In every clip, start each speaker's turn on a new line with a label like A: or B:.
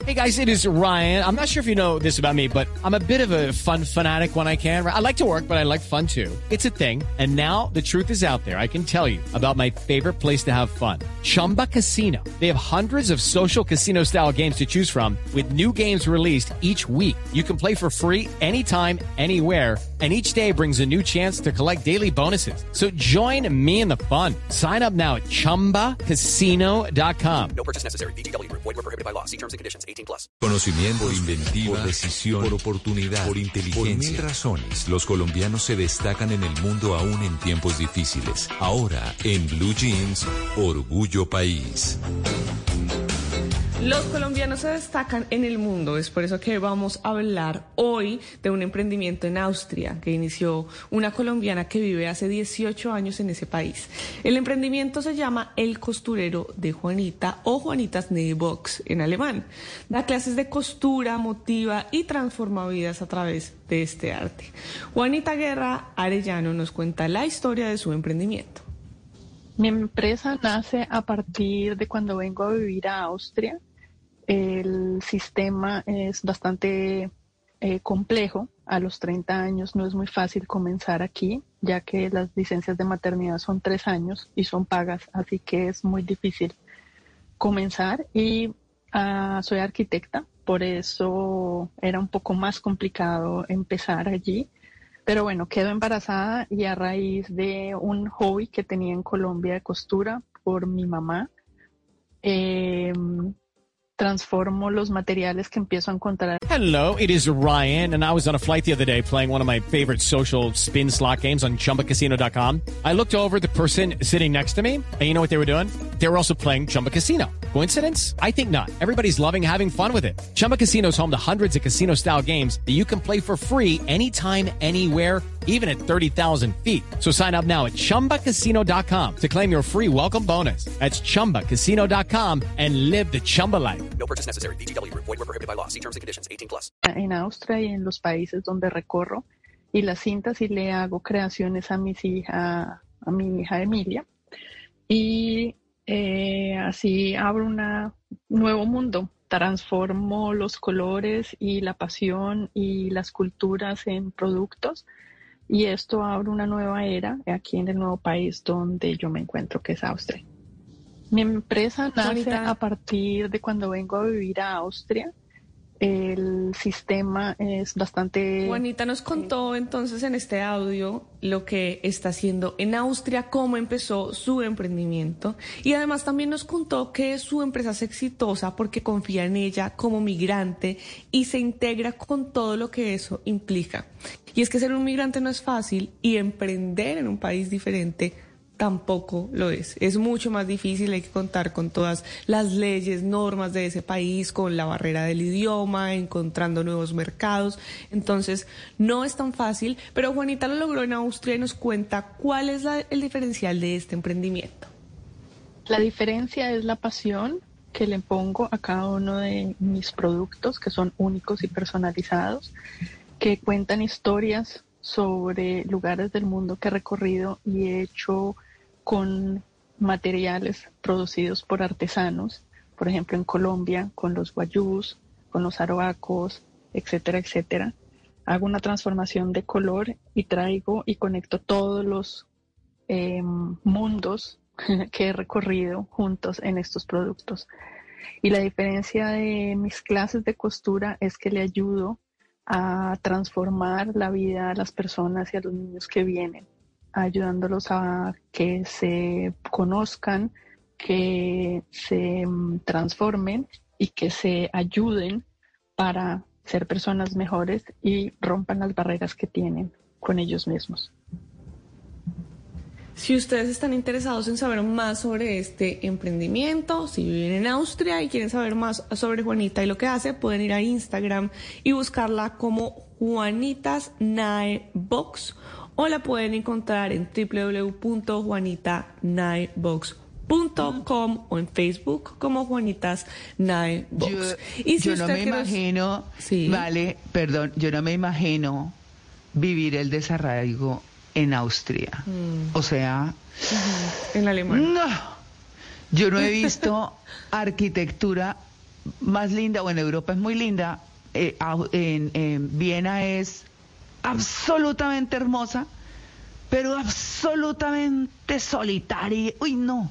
A: Hey guys, it is Ryan. I'm not sure if you know this about me, but I'm a bit of a fun fanatic when I can. I like to work, but I like fun too. It's a thing. And now the truth is out there. I can tell you about my favorite place to have fun. Chumba Casino. They have hundreds of social casino style games to choose from with new games released each week. You can play for free anytime, anywhere. And each day brings a new chance to collect daily bonuses. So join me in the fun. Sign up now at ChumbaCasino.com.
B: No purchase necessary. VGW Group. Void where prohibited by law. See terms and conditions. 18+.
C: Conocimiento, por inventiva, por decisión, por oportunidad, por inteligencia. Por 1000 razones, los colombianos se destacan en el mundo aún en tiempos difíciles. Ahora, en Blue Jeans, Orgullo País.
D: Los colombianos se destacan en el mundo, es por eso que vamos a hablar hoy de un emprendimiento en Austria que inició una colombiana que vive hace 18 años en ese país. El emprendimiento se llama El Costurero de Juanita o Juanitas Nähbox en alemán. Da clases de costura, motiva y transforma vidas a través de este arte. Juanita Guerra Arellano nos cuenta la historia de su emprendimiento.
E: Mi empresa nace a partir de cuando vengo a vivir a Austria. El sistema es bastante complejo. A los 30 años no es muy fácil comenzar aquí, ya que las licencias de maternidad son 3 años y son pagas, así que es muy difícil comenzar. Y soy arquitecta, por eso era un poco más complicado empezar allí. Pero bueno, quedo embarazada y a raíz de un hobby que tenía en Colombia de costura por mi mamá, transformo los materiales que empiezo a encontrar.
A: Hello, it is Ryan, and I was on a flight the other day playing one of my favorite social spin slot games on ChumbaCasino.com. I looked over at the person sitting next to me, and you know what they were doing? They were also playing Chumba Casino. Coincidence? I think not. Everybody's loving having fun with it. Chumba Casino is home to hundreds of casino-style games that you can play for free anytime, anywhere, even at 30,000 feet. So sign up now at ChumbaCasino.com to claim your free welcome bonus. That's ChumbaCasino.com and live the Chumba life.
B: No purchase necessary. VGW Group. Void where prohibited by law. See terms and conditions. 18+.
E: En Austria y en los países donde recorro, y las cintas y le hago creaciones a mi hija Emilia. Y así abro un nuevo mundo. Transformo los colores y la pasión y las culturas en productos. Y esto abre una nueva era aquí en el nuevo país donde yo me encuentro, que es Austria. Mi empresa nace a partir de cuando vengo a vivir a Austria. El sistema es bastante...
D: Juanita nos contó entonces en este audio lo que está haciendo en Austria, cómo empezó su emprendimiento, y además también nos contó que su empresa es exitosa porque confía en ella como migrante y se integra con todo lo que eso implica. Y es que ser un migrante no es fácil y emprender en un país diferente tampoco lo es. Es mucho más difícil, hay que contar con todas las leyes, normas de ese país, con la barrera del idioma, encontrando nuevos mercados. Entonces, no es tan fácil, pero Juanita lo logró en Austria y nos cuenta cuál es el diferencial de este emprendimiento.
E: La diferencia es la pasión que le pongo a cada uno de mis productos, que son únicos y personalizados, que cuentan historias sobre lugares del mundo que he recorrido y he hecho con materiales producidos por artesanos, por ejemplo en Colombia, con los guayús, con los arhuacos, etcétera, etcétera. Hago una transformación de color y traigo y conecto todos los mundos que he recorrido juntos en estos productos. Y la diferencia de mis clases de costura es que le ayudo a transformar la vida a las personas y a los niños que vienen, ayudándolos a que se conozcan, que se transformen y que se ayuden para ser personas mejores y rompan las barreras que tienen con ellos mismos.
D: Si ustedes están interesados en saber más sobre este emprendimiento, si viven en Austria y quieren saber más sobre Juanita y lo que hace, pueden ir a Instagram y buscarla como Juanitas Nähbox, o la pueden encontrar en www.juanitanähbox.com o en Facebook como Juanitas Nähbox.
F: Yo no me imagino, sí. Vale, perdón, yo no me imagino vivir el desarraigo en Austria. O sea,
D: en Alemania.
F: No, yo no he visto arquitectura más linda, bueno, Europa es muy linda, en Viena es absolutamente hermosa, pero absolutamente solitaria. Uy, no.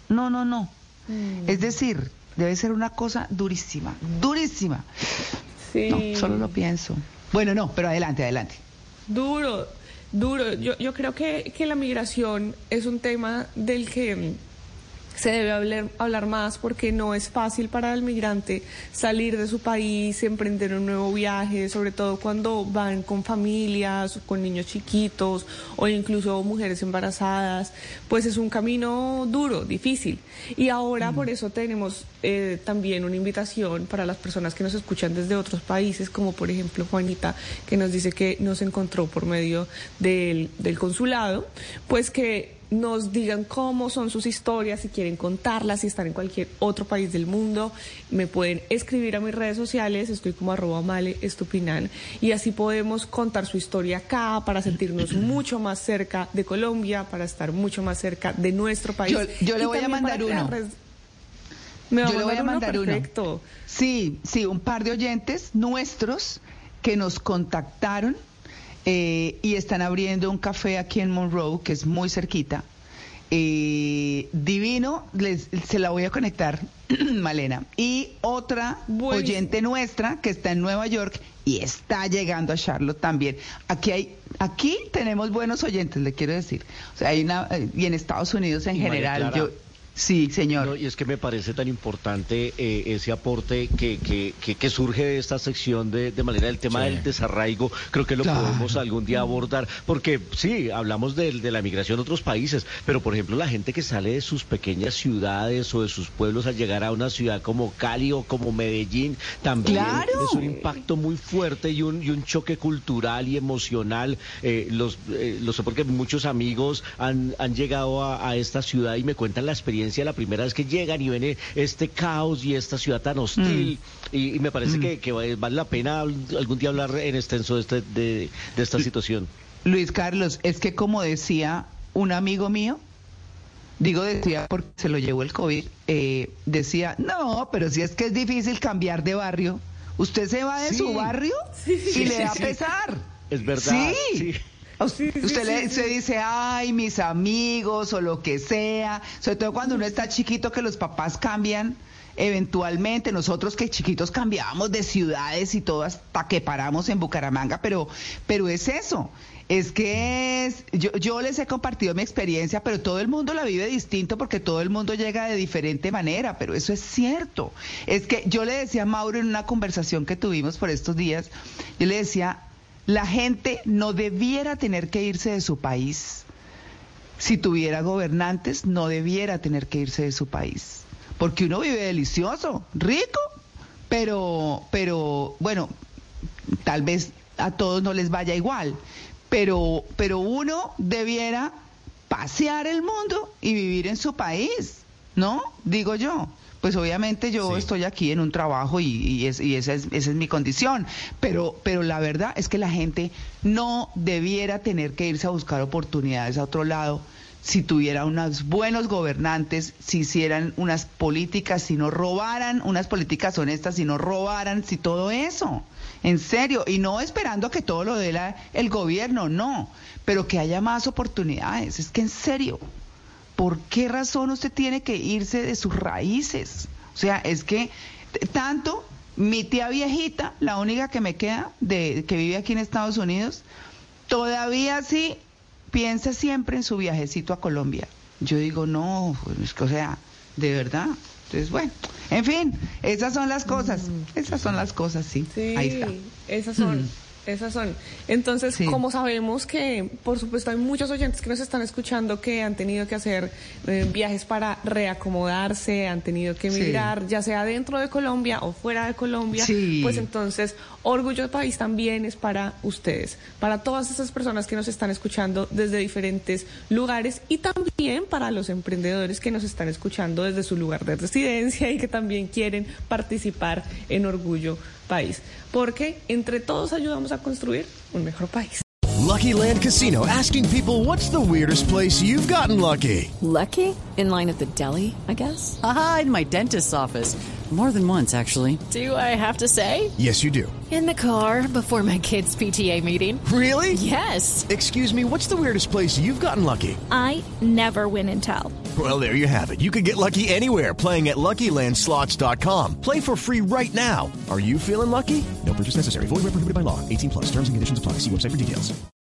F: Es decir, debe ser una cosa durísima.
D: Sí.
F: No, solo lo pienso. Bueno, no, pero adelante.
D: Duro. Yo creo que la migración es un tema del que se debe hablar más, porque no es fácil para el migrante salir de su país, emprender un nuevo viaje, sobre todo cuando van con familias, con niños chiquitos o incluso mujeres embarazadas. Pues es un camino duro, difícil. Y ahora por eso tenemos también una invitación para las personas que nos escuchan desde otros países, como por ejemplo Juanita, que nos dice que nos encontró por medio del consulado, pues que nos digan cómo son sus historias, si quieren contarlas, si están en cualquier otro país del mundo. Me pueden escribir a mis redes sociales, estoy como @maleestupinan, y así podemos contar su historia acá para sentirnos mucho más cerca de Colombia, para estar mucho más cerca de nuestro país.
F: Yo le voy a mandar uno.
D: Yo le voy a mandar uno. Perfecto.
F: Sí, un par de oyentes nuestros que nos contactaron y están abriendo un café aquí en Monroe, que es muy cerquita. Divino, se la voy a conectar, Malena. Y otra oyente nuestra que está en Nueva York y está llegando a Charlotte también. Aquí tenemos buenos oyentes, le quiero decir. O sea, y en Estados Unidos en general. Sí, señor.
G: No, y es que me parece tan importante ese aporte que surge de esta sección de manera del tema del desarraigo. Creo que lo podemos algún día abordar, porque sí, hablamos de la migración a otros países, pero por ejemplo la gente que sale de sus pequeñas ciudades o de sus pueblos al llegar a una ciudad como Cali o como Medellín, también es un impacto muy fuerte y un choque cultural y emocional. Lo sé porque muchos amigos han llegado a esta ciudad y me cuentan la experiencia la primera vez que llegan y ven este caos y esta ciudad tan hostil, y me parece que vale la pena algún día hablar en extenso de esta situación.
F: Luis Carlos, es que como decía un amigo mío, decía porque se lo llevó el COVID, decía, no, pero si es que es difícil cambiar de barrio, usted se va de su barrio y le da pesar.
G: Es verdad.
F: Sí. Usted se dice, ay, mis amigos o lo que sea, sobre todo cuando uno está chiquito, que los papás cambian eventualmente. Nosotros que chiquitos cambiábamos de ciudades y todo hasta que paramos en Bucaramanga, pero es eso. Es que yo les he compartido mi experiencia, pero todo el mundo la vive distinto porque todo el mundo llega de diferente manera, pero eso es cierto. Es que yo le decía a Mauro en una conversación que tuvimos por estos días, yo le decía, la gente no debiera tener que irse de su país. Si tuviera gobernantes, no debiera tener que irse de su país. Porque uno vive delicioso, rico, pero bueno, tal vez a todos no les vaya igual. Pero uno debiera pasear el mundo y vivir en su país, ¿no? Digo yo. Pues obviamente yo estoy aquí en un trabajo y esa es mi condición, pero la verdad es que la gente no debiera tener que irse a buscar oportunidades a otro lado si tuviera unos buenos gobernantes, si hicieran unas políticas, si no robaran, unas políticas honestas, si no robaran, si todo eso, en serio, y no esperando a que todo lo dé el gobierno, no, pero que haya más oportunidades, es que en serio. ¿Por qué razón usted tiene que irse de sus raíces? O sea, es que tanto mi tía viejita, la única que me queda que vive aquí en Estados Unidos, todavía sí piensa siempre en su viajecito a Colombia. Yo digo, no, pues, o sea, de verdad. Entonces, bueno, en fin, esas son las cosas. Esas son las cosas, sí. Ahí está.
D: Esas son. Entonces, como sabemos que, por supuesto, hay muchos oyentes que nos están escuchando que han tenido que hacer viajes para reacomodarse, han tenido que emigrar, ya sea dentro de Colombia o fuera de Colombia, pues entonces, Orgullo País también es para ustedes, para todas esas personas que nos están escuchando desde diferentes lugares y también para los emprendedores que nos están escuchando desde su lugar de residencia y que también quieren participar en Orgullo País, porque entre todos ayudamos a construir un mejor país.
H: Lucky Land Casino, asking people, what's the weirdest place you've gotten lucky?
I: Lucky? In line at the deli, I guess?
J: Aha, in my dentist's office. More than once, actually.
I: Do I have to say?
H: Yes, you do.
I: In the car before my kids' PTA meeting.
H: Really?
I: Yes.
H: Excuse me, what's the weirdest place you've gotten lucky?
K: I never win and tell.
H: Well, there you have it. You can get lucky anywhere, playing at LuckyLandSlots.com. Play for free right now. Are you feeling lucky? No purchase necessary. Void where prohibited by law. 18+. Terms and conditions apply. See website for details.